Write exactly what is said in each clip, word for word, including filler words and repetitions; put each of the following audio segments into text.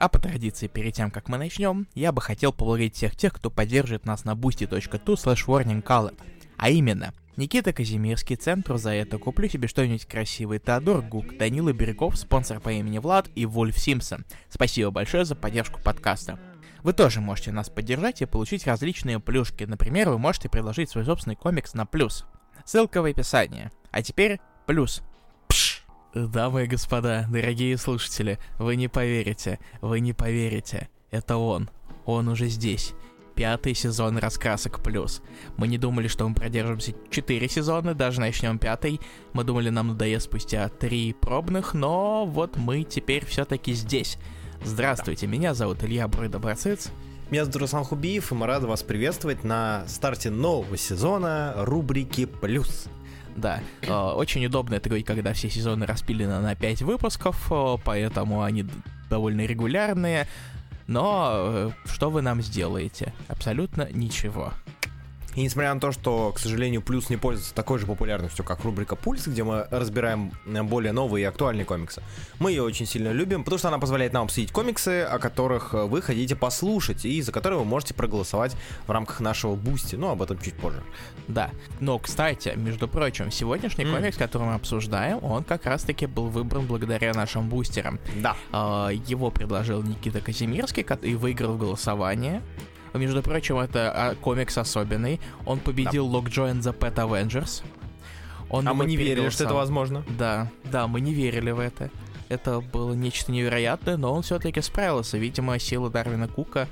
А по традиции, перед тем, как мы начнем, я бы хотел поблагодарить всех тех, кто поддерживает нас на boosty точка ту слэш warningcalled. А именно, Никита Казимирский, Центр за это, Куплю себе что-нибудь красивое, Теодор Гук, Данила Бирюков, спонсор по имени Влад и Вольф Симпсон. Спасибо большое за поддержку подкаста. Вы тоже можете нас поддержать и получить различные плюшки. Например, вы можете предложить свой собственный комикс на плюс. Ссылка в описании. А теперь плюс. Пш! Дамы и господа, дорогие слушатели, вы не поверите, вы не поверите. Это он. Он уже здесь. Пятый сезон «Раскрасок плюс». Мы не думали, что мы продержимся четыре сезона, даже начнем пятый. Мы думали, нам надоест спустя три пробных, но вот мы теперь все-таки здесь. Здравствуйте, меня зовут Илья Брой-Доброцыц. Меня зовут Руслан Хубиев, и мы рады вас приветствовать на старте нового сезона рубрики «Плюс». Да, э, очень удобно это говорить, когда все сезоны распилены на пять выпусков, э, поэтому они довольно регулярные. Но э, что вы нам сделаете? Абсолютно ничего. И несмотря на то, что, к сожалению, «Плюс» не пользуется такой же популярностью, как рубрика «Пульс», где мы разбираем более новые и актуальные комиксы, мы ее очень сильно любим, потому что она позволяет нам обсудить комиксы, о которых вы хотите послушать, и за которые вы можете проголосовать в рамках нашего бусти. Ну, об этом чуть позже. Да. Но, кстати, между прочим, сегодняшний mm. комикс, который мы обсуждаем, он как раз-таки был выбран благодаря нашим бустерам. Да. Его предложил Никита Казимирский и выиграл голосование. Между прочим, это комикс особенный. Он победил да. Lockjaw and the Pet Avengers. Он а мы не верили, что это возможно. Да, да, мы не верили в это. Это было нечто невероятное, но он все-таки справился. Видимо, сила Дарвина Кука,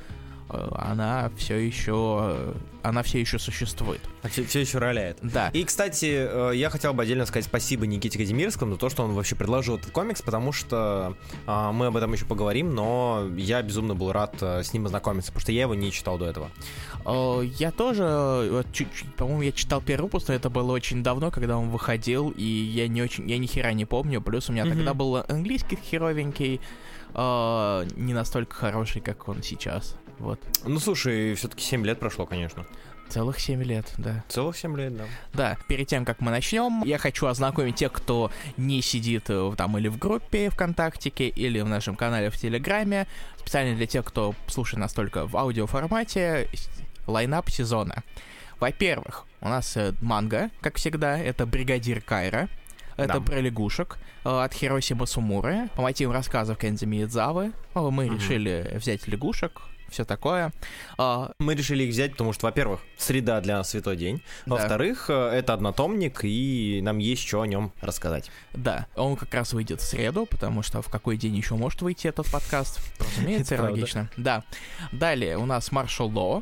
она все еще, она все еще существует. Все, все еще роляет. Да. И, кстати, я хотел бы отдельно сказать спасибо Никите Казимирскому за то, что он вообще предложил этот комикс, потому что а, мы об этом еще поговорим, но я безумно был рад а, с ним ознакомиться, потому что я его не читал до этого. Я тоже, чуть-чуть, по-моему, я читал первый выпуск, но это было очень давно, когда он выходил, и я не очень, я ни хера не помню, плюс у меня mm-hmm. тогда был английский херовенький, а, не настолько хороший, как он сейчас. Вот. Ну, слушай, все-таки семь лет прошло, конечно. Целых семь лет, да. Целых семь лет, да. Да, перед тем, как мы начнем, я хочу ознакомить тех, кто не сидит там или в группе ВКонтактике, или в нашем канале в Телеграме. Специально для тех, кто слушает нас только в аудиоформате, лайнап сезона. Во-первых, у нас манга, как всегда, это «Бригадир Кайра». Это да. про лягушек от Хироси Масумуры по мотивам рассказов Кензи Миядзавы. Мы mm-hmm. решили взять лягушек, все такое. Мы решили их взять, потому что, во-первых, среда для нас святой день. Да. Во-вторых, это однотомник, и нам есть что о нем рассказать. Да, он как раз выйдет в среду, потому что в какой день еще может выйти этот подкаст? Разумеется, логично. Да. Далее у нас Маршал Ло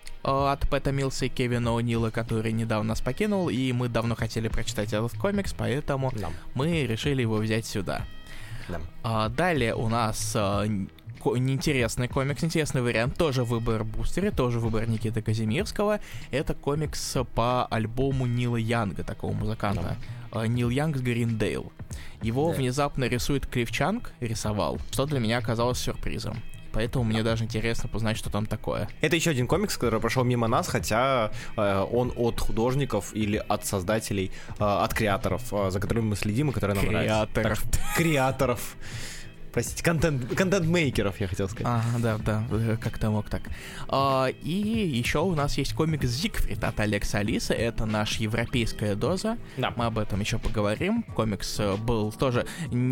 от Пэта Милса и Кевина О'Нила, который недавно нас покинул, и мы давно хотели прочитать этот комикс, поэтому да. мы решили его взять сюда. Да. А, далее у нас а, ко- интересный комикс, интересный вариант, тоже выбор бустере, тоже выбор Никиты Казимирского. Это комикс по альбому Нила Янга, такого музыканта. Да. Нил Янг с Гриндейл. Его да. внезапно рисует Клифф Чанг, рисовал, что для меня оказалось сюрпризом. Поэтому мне даже интересно познать, что там такое. Это еще один комикс, который прошел мимо нас, хотя э, он от художников или от создателей, э, от креаторов, э, за которыми мы следим и которые нам нравятся. Креаторов. Креаторов. Простите, контент, контент-мейкеров, я хотел сказать. Ага, да, да, как-то мог так. А, и еще у нас есть комикс «Зигфрид» от Алекса Алиса. Это наша европейская доза. Да. Мы об этом еще поговорим. Комикс был тоже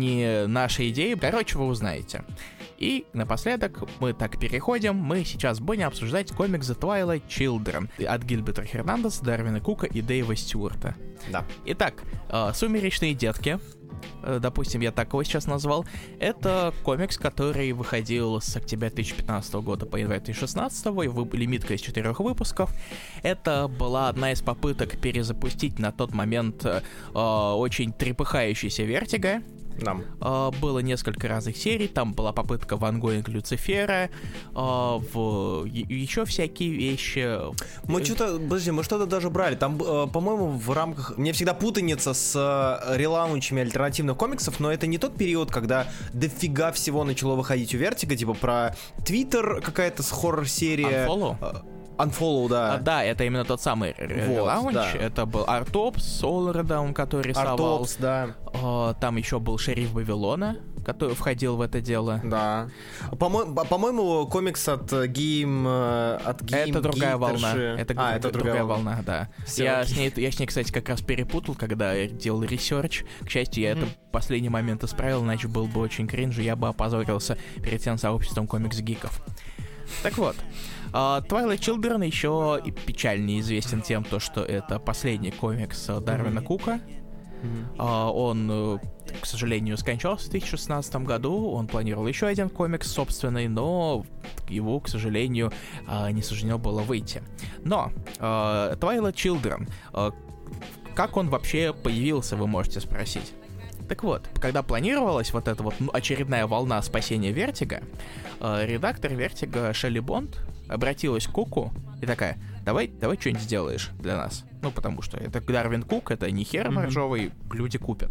не нашей идеей. Короче, вы узнаете. И напоследок мы так переходим. Мы сейчас будем обсуждать комикс The Twilight Children от Гильберта Хернандеса, Дарвина Кука и Дэйва Стюарта. Да. Итак, «Сумеречные детки», допустим, я так его сейчас назвал, это комикс, который выходил с октября две тысячи пятнадцатого года по январь две тысячи шестнадцатого, и лимитка из четырех выпусков. Это была одна из попыток перезапустить на тот момент э, очень трепыхающийся Вертиго. Да. Uh, было несколько разных серий, там была попытка в ангоинг Люцифера, uh, в... еще всякие вещи. Мы что-то, подожди, мы что-то даже брали, там, uh, по-моему, в рамках, мне всегда путаница с uh, релаунчами альтернативных комиксов, но это не тот период, когда дофига всего начало выходить у Вертиго, типа про Твиттер какая-то хоррор-серия. Unfollow? Uh, Unfollow, да. А, да, это именно тот самый релаунч. Вот, да. Это был Артопс, Солардаун, который рисовал. Артопс, да. А, там еще был Шериф Вавилона, который входил в это дело. Да. По-мо- по-моему, комикс от Гейм... От Game это другая волна. Это, а, это другая, другая волна, волна да. Я с, ней, я с ней, кстати, как раз перепутал, когда я делал ресерч. К счастью, я mm-hmm. это в последний момент исправил, иначе был бы очень кринж, и я бы опозорился перед тем сообществом комикс-гиков. Так вот, Twilight Children еще и печально известен тем, то, что это последний комикс Дарвина mm-hmm. Кука. Mm-hmm. Uh, он, к сожалению, скончался в две тысячи шестнадцатом году. Он планировал еще один комикс собственный, но его, к сожалению, uh, не суждено было выйти. Но uh, Twilight Children, uh, как он вообще появился, вы можете спросить. Так вот, когда планировалась вот эта вот ну, очередная волна спасения Вертига, uh, редактор Вертига Шелли Бонд обратилась к Куку и такая: давай, давай что-нибудь сделаешь для нас. Ну, потому что это Дарвин Кук, это не хер моржовый, mm-hmm. люди купят.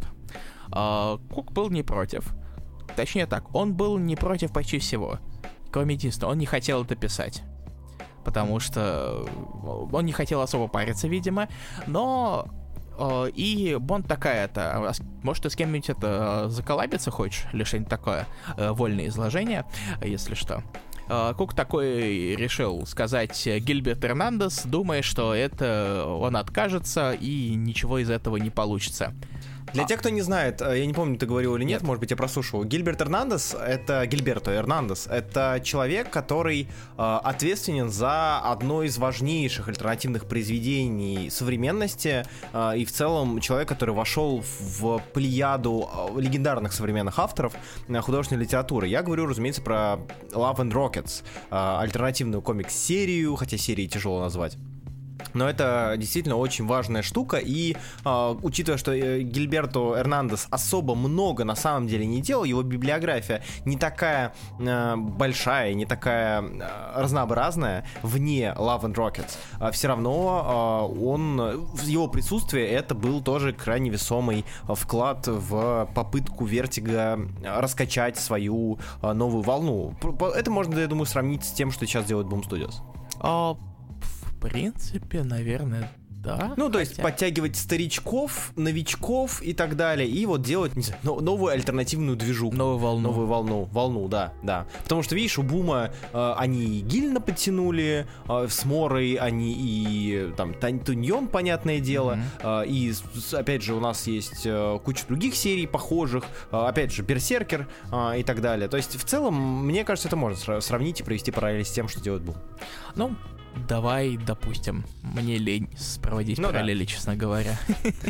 А, Кук был не против. Точнее так, он был не против почти всего. Кроме единственного, он не хотел это писать. Потому что он не хотел особо париться, видимо. Но... Uh, и Бонд такая-то, может, ты с кем-нибудь это uh, заколабиться хочешь? Или что-нибудь такое, uh, вольное изложение, если что. Uh, Кук такой решил сказать Гильберт Эрнандес, думая, что это он откажется и ничего из этого не получится. Для а. тех, кто не знает, я не помню, ты говорил или нет, нет. может быть, я прослушал. Гильберт Эрнандес, это Гильберто Эрнандес, это человек, который э, ответственен за одно из важнейших альтернативных произведений современности, э, и в целом человек, который вошел в плеяду легендарных современных авторов э, художественной литературы. Я говорю, разумеется, про Love and Rockets, э, альтернативную комикс-серию, хотя серии тяжело назвать. Но это действительно очень важная штука, и э, учитывая, что э, Гильберто Эрнандес особо много на самом деле не делал, его библиография не такая э, большая, не такая э, разнообразная вне Love and Rockets, э, все равно э, он, его присутствие, это был тоже крайне весомый вклад в попытку Вертига раскачать свою э, новую волну. Это можно, я думаю, сравнить с тем, что сейчас делает Boom Studios. Oh. В принципе, наверное, да. Ну, то хотя... есть подтягивать старичков, новичков и так далее, и вот делать, не знаю, новую альтернативную движуху. Новую волну. Новую волну, волну, да, да. Потому что, видишь, у Бума э, они и Гильна подтянули, э, с Морой они и там Туньон, понятное дело, mm-hmm. э, и опять же у нас есть э, куча других серий похожих, э, опять же Берсеркер э, и так далее. То есть в целом, мне кажется, это можно сравнить и провести параллель с тем, что делает Бум. Ну, давай, допустим, мне лень проводить ну параллели, да. честно говоря.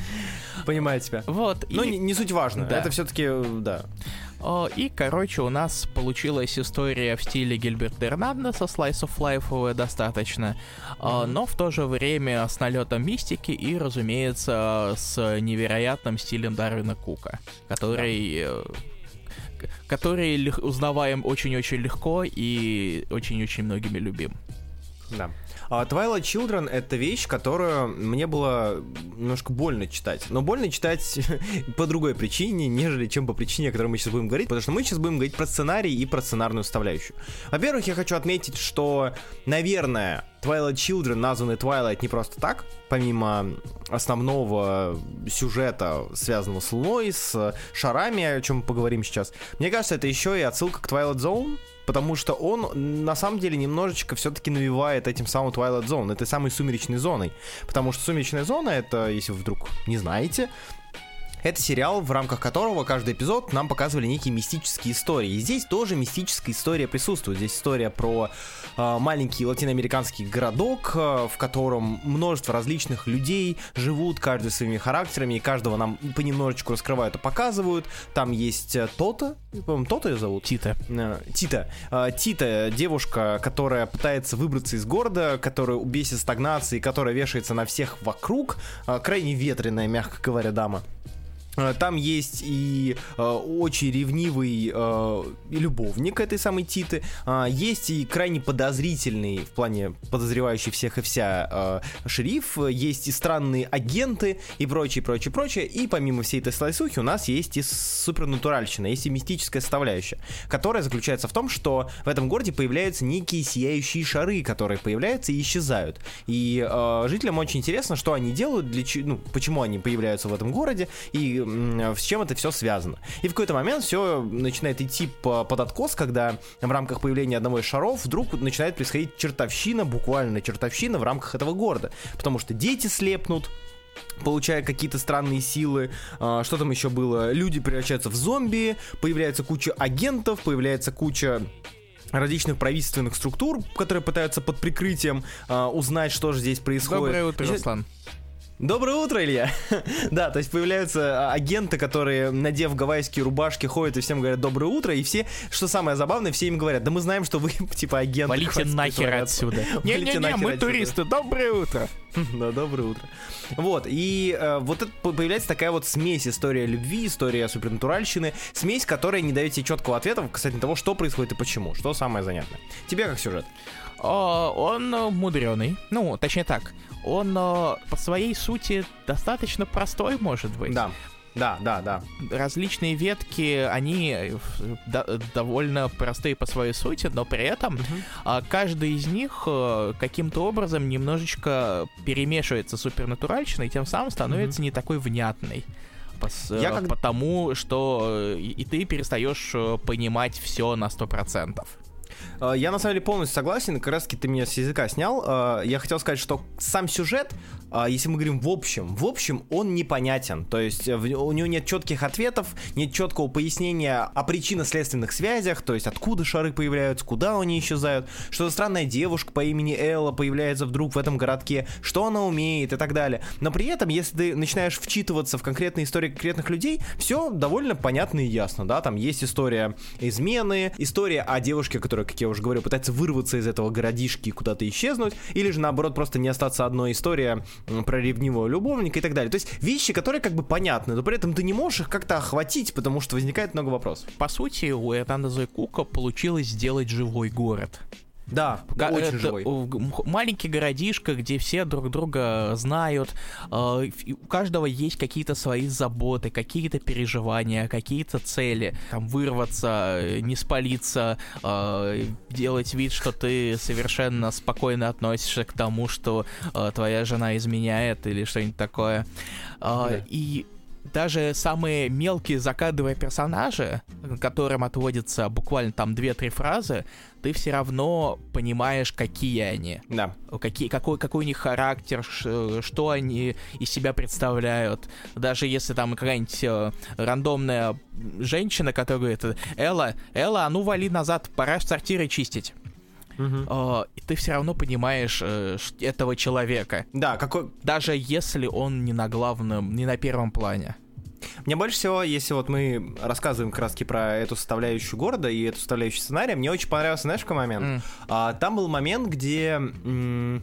Понимаю тебя. Вот. Но и... не, не суть важно. Да. Это все-таки, да. О, и, короче, у нас получилась история в стиле Гильберта Эрнандеса, Slice of Life достаточно, mm-hmm. но в то же время с налетом мистики и, разумеется, с невероятным стилем Дарвина Кука, который... Да. который узнаваем очень-очень легко и очень-очень многими любим. Да. Uh, Twilight Children — это вещь, которую мне было немножко больно читать. Но больно читать по другой причине, нежели чем по причине, о которой мы сейчас будем говорить, потому что мы сейчас будем говорить про сценарий и про сценарную составляющую. Во-первых, я хочу отметить, что, наверное, Twilight Children названы Twilight не просто так, помимо основного сюжета, связанного с Луной, с шарами, о чем мы поговорим сейчас. Мне кажется, это еще и отсылка к Twilight Zone, потому что он, на самом деле, немножечко все-таки навевает этим самым Twilight Zone, этой самой сумеречной зоной. Потому что сумеречная зона — это, если вы вдруг не знаете, это сериал, в рамках которого каждый эпизод нам показывали некие мистические истории. И здесь тоже мистическая история присутствует. Здесь история про э, маленький латиноамериканский городок, э, в котором множество различных людей живут, каждый своими характерами, и каждого нам понемножечку раскрывают и показывают. Там есть э, Тота, по-моему, Тота ее зовут? Тита. Э, Тита. Э, Тита, девушка, которая пытается выбраться из города, которая бесит стагнации, которая вешается на всех вокруг. Э, крайне ветреная, мягко говоря, дама. Там есть и э, очень ревнивый э, любовник этой самой Титы, э, есть и крайне подозрительный, в плане подозревающий всех и вся, э, шериф, есть и странные агенты и прочее, прочее, прочее, и помимо всей этой слайсухи у нас есть и супернатуральщина, есть и мистическая составляющая, которая заключается в том, что в этом городе появляются некие сияющие шары, которые появляются и исчезают, и э, жителям очень интересно, что они делают, для ч... ну, почему они появляются в этом городе, и м, с чем это все связано. И в какой-то момент все начинает идти по, под откос, когда в рамках появления одного из шаров вдруг начинает происходить чертовщина, буквально чертовщина в рамках этого города. Потому что дети слепнут, получая какие-то странные силы, а, что там еще было, люди превращаются в зомби, появляется куча агентов, появляется куча различных правительственных структур, которые пытаются под прикрытием а, узнать, что же здесь происходит. Доброе утро, Руслан. Доброе утро, Илья. Да, то есть появляются агенты, которые, надев гавайские рубашки, ходят и всем говорят доброе утро, и все, что самое забавное, все им говорят: да мы знаем, что вы типа агенты. Валите нахер отсюда. Не-не-не, мы туристы, доброе утро. Да, доброе утро. Вот, и э, вот это появляется такая вот смесь: история любви, история супернатуральщины, смесь, которая не дает тебе четкого ответа касательно того, что происходит и почему, что самое занятное. Тебе как сюжет? О, он мудреный, ну, точнее так, он по своей сути достаточно простой, может быть. Да. Да, да, да. Различные ветки, они до- довольно простые по своей сути, но при этом uh-huh. каждый из них каким-то образом немножечко перемешивается с супернатуральщиной, и тем самым становится uh-huh. не такой внятной. Пос- Я как... Потому что и ты перестаешь понимать все на сто процентов. Я на самом деле полностью согласен, как раз таки ты меня с языка снял. Я хотел сказать, что сам сюжет, если мы говорим в общем, в общем он непонятен. То есть у него нет четких ответов, нет четкого пояснения о причинно-следственных связях, то есть откуда шары появляются, куда они исчезают, что за странная девушка по имени Элла появляется вдруг в этом городке, что она умеет и так далее. Но при этом, если ты начинаешь вчитываться в конкретные истории конкретных людей, все довольно понятно и ясно, да, там есть история измены, история о девушке, которая, как я уже говорю, пытается вырваться из этого городишки и куда-то исчезнуть, или же наоборот просто не остаться одной, история про ревнивого любовника и так далее. То есть вещи, которые как бы понятны, но при этом ты не можешь их как-то охватить, потому что возникает много вопросов. По сути, у Эрнанда Зойкука получилось сделать живой город. Да, да, очень это живой. Маленький городишко, где все друг друга знают, э, у каждого есть какие-то свои заботы, какие-то переживания, какие-то цели. Там вырваться, не спалиться, э, делать вид, что ты совершенно спокойно относишься к тому, что э, твоя жена изменяет или что-нибудь такое. Э, да. И даже самые мелкие закадровые персонажи, которым отводится буквально там две-три фразы, ты все равно понимаешь, какие они. Да. Какие, какой, какой у них характер, ш, что они из себя представляют. Даже если там какая-нибудь э, рандомная женщина, которая говорит: Элла, Элла, а ну вали назад, пора сортиры чистить. Uh-huh. И ты все равно понимаешь э, этого человека. Да, какой... Даже если он не на главном, не на первом плане. Мне больше всего, если вот мы рассказываем как раз таки про эту составляющую города и эту составляющую сценария, мне очень понравился, знаешь, какой момент? Mm. А, там был момент, где м-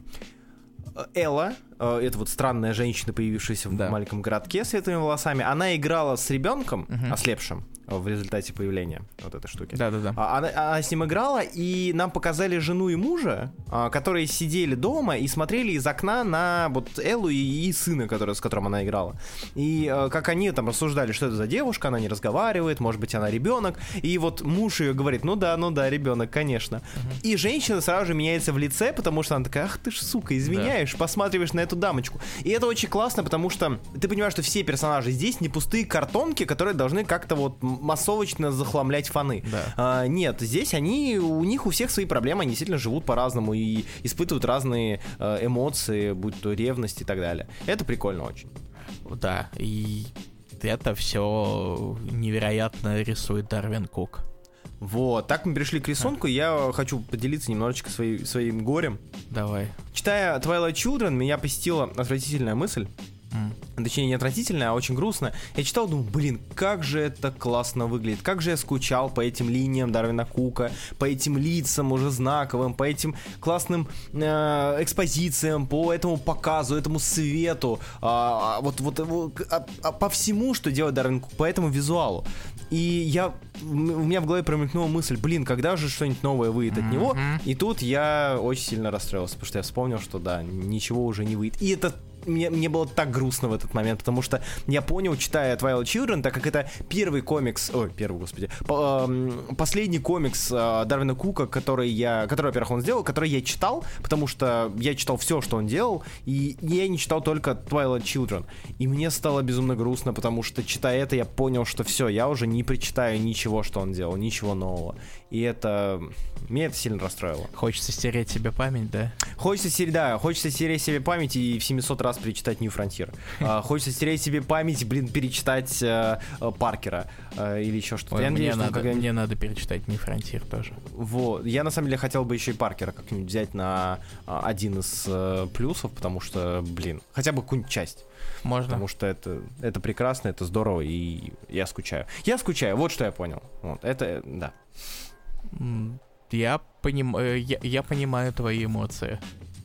Элла, э, это вот странная женщина, появившаяся в да. маленьком городке с светлыми волосами, она играла с ребенком, uh-huh. ослепшим, в результате появления вот этой штуки. Да-да-да. Она, она с ним играла, и нам показали жену и мужа, которые сидели дома и смотрели из окна на вот Эллу и, и сына, который, с которым она играла. И как они там рассуждали, что это за девушка, она не разговаривает, может быть, она ребенок. И вот муж ее говорит: ну да, ну да, ребенок, конечно. Uh-huh. И женщина сразу же меняется в лице, потому что она такая: ах ты ж, сука, изменяешь, да. посматриваешь на эту дамочку. И это очень классно, потому что ты понимаешь, что все персонажи здесь не пустые картонки, которые должны как-то вот массовочно захламлять фаны. Да. А, нет, здесь они, у них у всех свои проблемы, они действительно живут по-разному и испытывают разные э, эмоции, будь то ревность и так далее. Это прикольно очень. Да, и это все невероятно рисует Дарвин Кук. Вот, так мы перешли к рисунку, а. я хочу поделиться немножечко свои, своим горем. Давай. Читая Twilight Children, меня посетила отвратительная мысль. Mm. Точнее, не отвратительная, а очень грустная. Я читал, думаю, блин, как же это классно выглядит. Как же я скучал по этим линиям Дарвина Кука, по этим лицам уже знаковым, по этим классным э, экспозициям, по этому показу, этому свету, а, вот, вот, вот а, а, по всему, что делает Дарвин Кук, по этому визуалу. И я, у меня в голове промелькнула мысль: блин, когда же что-нибудь новое выйдет mm-hmm. от него? И тут я очень сильно расстроился, потому что я вспомнил, что да, ничего уже не выйдет. И это мне, мне было так грустно в этот момент, потому что я понял, читая Twilight Children, так как это первый комикс, ой, первый, господи, по, э, последний комикс э, Дарвина Кука, который я, который, во-первых, он сделал, который я читал, потому что я читал все, что он делал, и я не читал только Twilight Children. И мне стало безумно грустно, потому что, читая это, я понял, что все, я уже не прочитаю ничего, что он делал, ничего нового. И это... Меня это сильно расстроило. Хочется стереть себе память, да? Хочется стереть, да, хочется стереть себе память и в семьсот раз перечитать New Frontier. А, хочется стереть себе память, блин, перечитать а, а, Паркера а, или еще что-то. Ой, я мне, надеюсь, надо, когда... мне надо перечитать New Frontier тоже. Вот. Я на самом деле хотел бы еще и Паркера как-нибудь взять на а, один из а, плюсов, потому что, блин, хотя бы какую-нибудь часть. Можно. Потому что это, это прекрасно, это здорово, и я скучаю. Я скучаю, вот что я понял. Вот, это, да. Я, поним... я, я понимаю твои эмоции.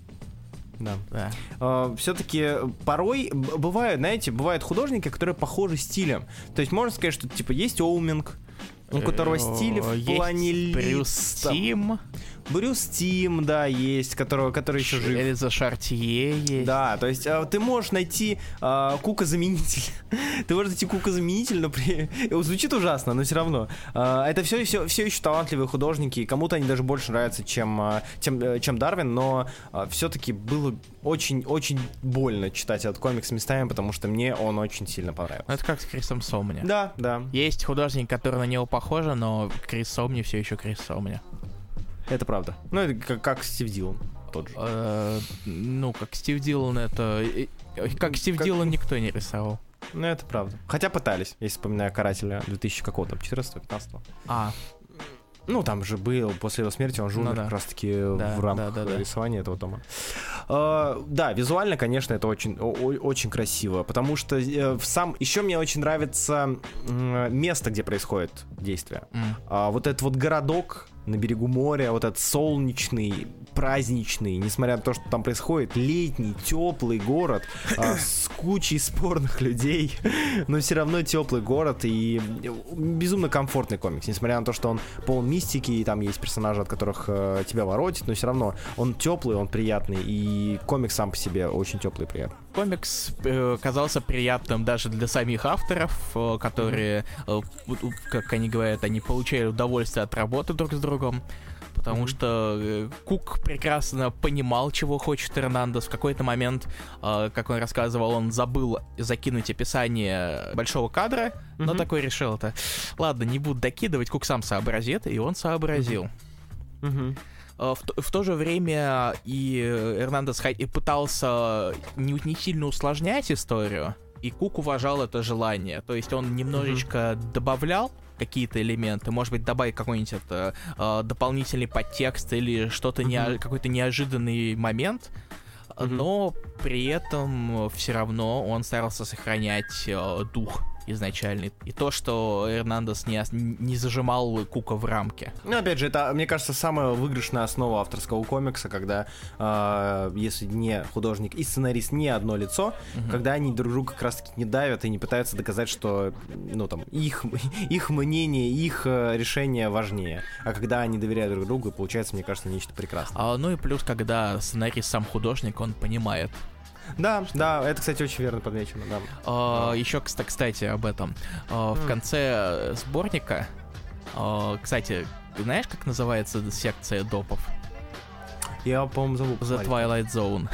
Да. Да. Uh, все-таки порой бывают, знаете, бывают художники, которые похожи стилем. То есть можно сказать, что типа есть Оуминг, у которого стиль в плане лиц. Брюс Тим. Брюс Тим, да, есть, которого, который еще жив. Элиза Шартье есть. Да, то есть а, ты можешь найти а, Кука-заменитель. Ты можешь найти Кука-заменитель, но при... звучит ужасно, но все равно. А, это все, все, все еще талантливые художники, кому-то они даже больше нравятся, чем, чем, чем Дарвин, но а, все-таки было очень-очень больно читать этот комикс местами, потому что мне он очень сильно понравился. Это как с Крисом Сомни. Да, да. Есть художник, который на него похож, но Крис Сомни все еще Крис Сомни. Это правда. Ну, это как, как Стив Дилан тот же. Э, ну, как Стив Дилан, это... Как Стив как... Дилан никто не рисовал. Ну, это правда. Хотя пытались, если вспоминаю «Карателя» две тысячи какого-то, четырнадцатого-пятнадцатого. А. Ну, там же был, после его смерти он же умер, ну, да. как раз-таки да, в рамках да, да, рисования да. этого тома. Uh, да, визуально, конечно, это очень, о- очень красиво, потому что uh, сам еще мне очень нравится uh, место, где происходит действие. Mm. Uh, вот этот вот городок на берегу моря, вот этот солнечный, праздничный, несмотря на то, что там происходит, летний, теплый город uh, с кучей спорных людей, но все равно теплый город и безумно комфортный комикс, несмотря на то, что он полон мистики, и там есть персонажи, от которых uh, тебя воротит, но все равно он теплый, он приятный, и комикс сам по себе очень теплый и приятный. Комикс э, казался приятным даже для самих авторов, э, которые, э, как они говорят, они получали удовольствие от работы друг с другом, потому mm-hmm. что э, Кук прекрасно понимал, чего хочет Эрнандес. В какой-то момент, э, как он рассказывал, он забыл закинуть описание большого кадра, mm-hmm. но такой решил это. Ладно, не буду докидывать, Кук сам сообразит, и он сообразил. Mm-hmm. Mm-hmm. В, в то же время и Эрнандес и пытался не, не сильно усложнять историю, и Кук уважал это желание. То есть он немножечко mm-hmm. добавлял какие-то элементы, может быть, добавить какой-нибудь это, э, дополнительный подтекст или что-то, mm-hmm. не, какой-то неожиданный момент, mm-hmm. но при этом все равно он старался сохранять э, дух изначальный. И то, что Эрнандес не, не зажимал Кука в рамке. Ну, опять же, это, мне кажется, самая выигрышная основа авторского комикса, когда, э, если не художник и сценарист не одно лицо, угу. когда они друг друга как раз-таки не давят и не пытаются доказать, что, ну, там, их, их мнение, их решение важнее. А когда они доверяют друг другу, получается, мне кажется, нечто прекрасное. А, ну и плюс, когда сценарист сам художник, он понимает. Да, что? Да, это, кстати, очень верно подмечено, да. А, еще, кстати, об этом. А, mm. В конце сборника, а, кстати, знаешь, как называется секция допов? Я, по-моему, забыл. The Twilight Zone.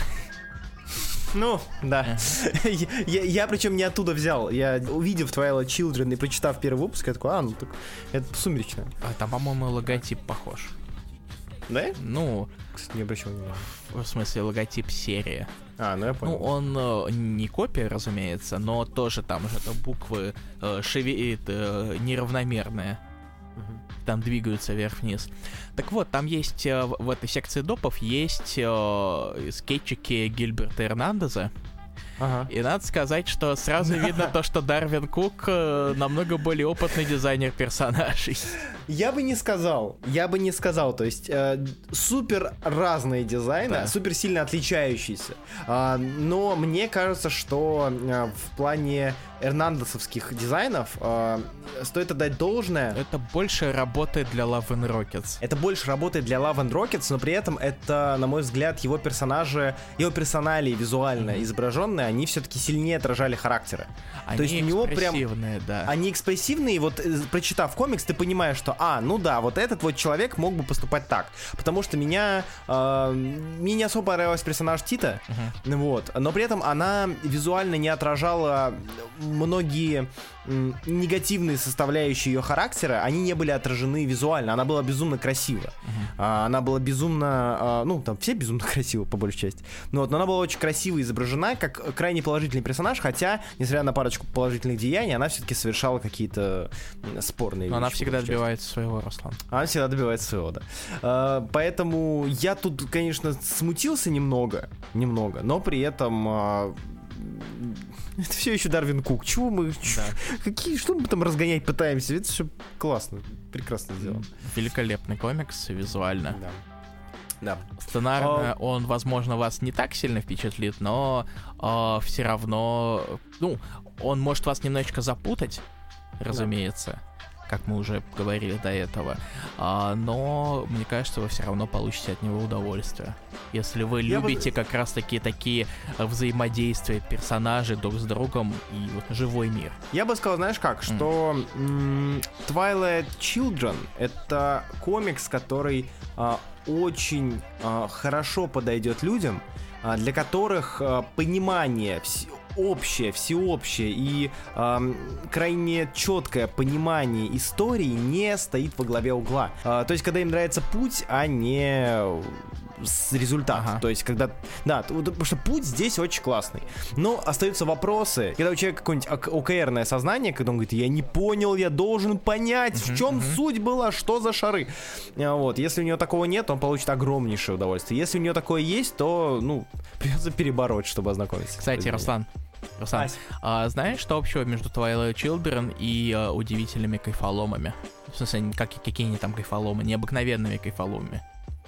Ну, да. я, я причем не оттуда взял. Я, увидев Twilight Children и прочитав первый выпуск, я такой, а, ну так, это сумеречное. А, там, по-моему, логотип похож. Да? Ну, кстати, не обращал внимания. В смысле, логотип серии. А, ну я понял. Ну, он э, не копия, разумеется, но тоже там же буквы э, шевелит э, неравномерные. Uh-huh. Там двигаются вверх-вниз. Так вот, там есть э, в этой секции допов есть э, скетчики Гильберта Эрнандеза. Ага. И надо сказать, что сразу видно то, что Дарвин Кук э, намного более опытный дизайнер персонажей. Я бы не сказал, я бы не сказал, то есть э, супер разные дизайны, да. Супер сильно отличающиеся, э, но мне кажется, что э, в плане эрнандесовских дизайнов э, стоит отдать должное. Это больше работает для Love and Rockets. Это больше работает для Love and Rockets, но при этом это, на мой взгляд, его персонажи, его персоналии визуально mm-hmm. изображенные, они все-таки сильнее отражали характеры. Они То есть у него прям, да. Они экспрессивные, вот прочитав комикс, ты понимаешь, что, а, ну да, вот этот вот человек мог бы поступать так, потому что меня, э, мне не особо понравился персонаж Тита, uh-huh. вот, но при этом она визуально не отражала многие м, негативные составляющие ее характера, они не были отражены визуально, она была безумно красива, uh-huh. а, она была безумно, а, ну, там все безумно красивы, по большей части, но, вот, но она была очень красиво изображена, как крайне положительный персонаж, хотя, несмотря на парочку положительных деяний, она все-таки совершала какие-то спорные но вещи. Она всегда добивается своего, Руслан. Она всегда добивается своего, да. А, поэтому я тут, конечно, смутился немного, немного, но при этом... А, это все еще Дарвин Кук. Чего мы... Да. Какие... Что мы там разгонять пытаемся? Это все классно. Прекрасно сделано. Великолепный комикс визуально. Да. Да. Сценарно а... он, возможно, вас не так сильно впечатлит, но а, все равно... Ну, он может вас немножечко запутать, разумеется. Да. Как мы уже говорили до этого. А, но, мне кажется, вы все равно получите от него удовольствие. Если вы Я любите бы... как раз-таки такие взаимодействия персонажей друг с другом и вот живой мир. Я бы сказал, знаешь как, mm. что м- Twilight Children — это комикс, который а, очень а, хорошо подойдет людям, а, для которых а, понимание... Вс- общее, всеобщее и эм, крайне четкое понимание истории не стоит во главе угла. Э, то есть, когда им нравится путь, а не результат. Ага. То есть, когда... Да, потому что путь здесь очень классный. Но остаются вопросы. Когда у человека какое-нибудь ОКРное сознание, когда он говорит, я не понял, я должен понять, uh-huh, в чем uh-huh. суть была, что за шары. Вот. Если у него такого нет, он получит огромнейшее удовольствие. Если у него такое есть, то, ну, придется перебороть, чтобы ознакомиться. Кстати, Руслан, Руслан, а, знаешь, что общего между Twilight Children и а, удивительными кайфоломами? В смысле, как, какие они там кайфоломы? Необыкновенными кайфоломами.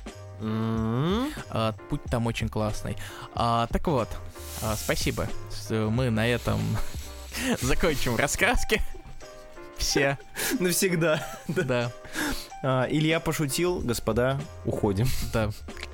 Mm-hmm. А, путь там очень классный. А, так вот, а, спасибо. Мы на этом закончим раскраски. Все. Навсегда. Да. Илья пошутил, господа, уходим. Да.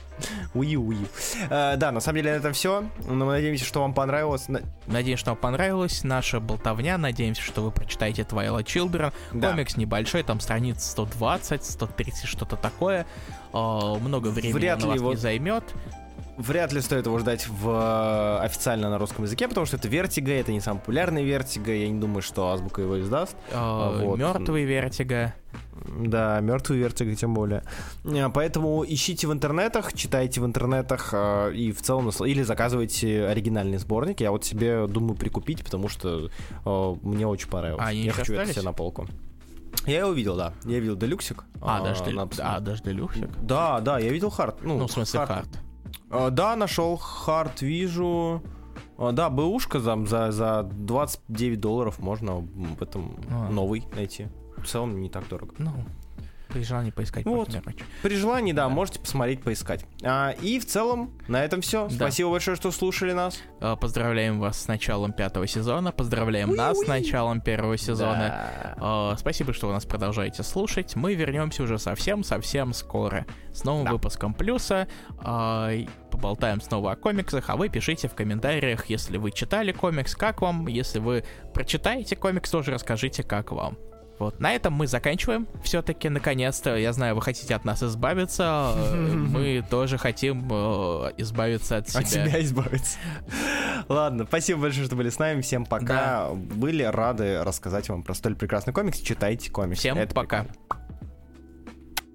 Уи-уи. Uh, да, на самом деле это все. Но мы надеемся, что вам понравилось. Надеюсь, что вам понравилась наша болтовня. Надеемся, что вы прочитаете Twilight Children. Да. Комикс небольшой, там страниц сто двадцать, сто тридцать, что-то такое. Uh, много времени Вряд он вас его... не займет. Вряд ли стоит его ждать в, официально на русском языке, потому что это Vertigo, это не самый популярный Vertigo. Я не думаю, что Азбука его издаст. Uh, вот. Мертвый Vertigo. Да, мертвый Vertigo тем более. Поэтому ищите в интернетах, читайте в интернетах и в целом, или заказывайте оригинальный сборник. Я вот себе думаю прикупить, потому что мне очень понравилось. А, Я хочу остались? это себе на полку. Я его видел, да. Я видел делюксик. А, а даже, на... а, даже делюксик? Да, да, я видел хард. Ну, ну в смысле хард. хард. Uh, да, нашел хард, вижу. Uh, да, бэушка там за, за двадцать девять долларов можно в этом а. новый найти. В целом не так дорого. Ну, при желании поискать. Вот. При желании, да, да, можете посмотреть, поискать. А, и в целом на этом все. Да. Спасибо большое, что слушали нас. Поздравляем вас с началом пятого сезона. Поздравляем Уи-уи. нас с началом первого сезона. Да. А, спасибо, что вы нас продолжаете слушать. Мы вернемся уже совсем-совсем скоро с новым да. выпуском Плюса. А, поболтаем снова о комиксах, а вы пишите в комментариях, если вы читали комикс, как вам. Если вы прочитаете комикс, тоже расскажите, как вам. Вот, на этом мы заканчиваем. Все-таки, наконец-то, я знаю, вы хотите от нас избавиться. Мы тоже хотим э, избавиться от себя. От себя избавиться. Ладно, спасибо большое, что были с нами. Всем пока. Да. Были рады рассказать вам про столь прекрасный комикс. Читайте комикс. Всем Это пока. Прикольно.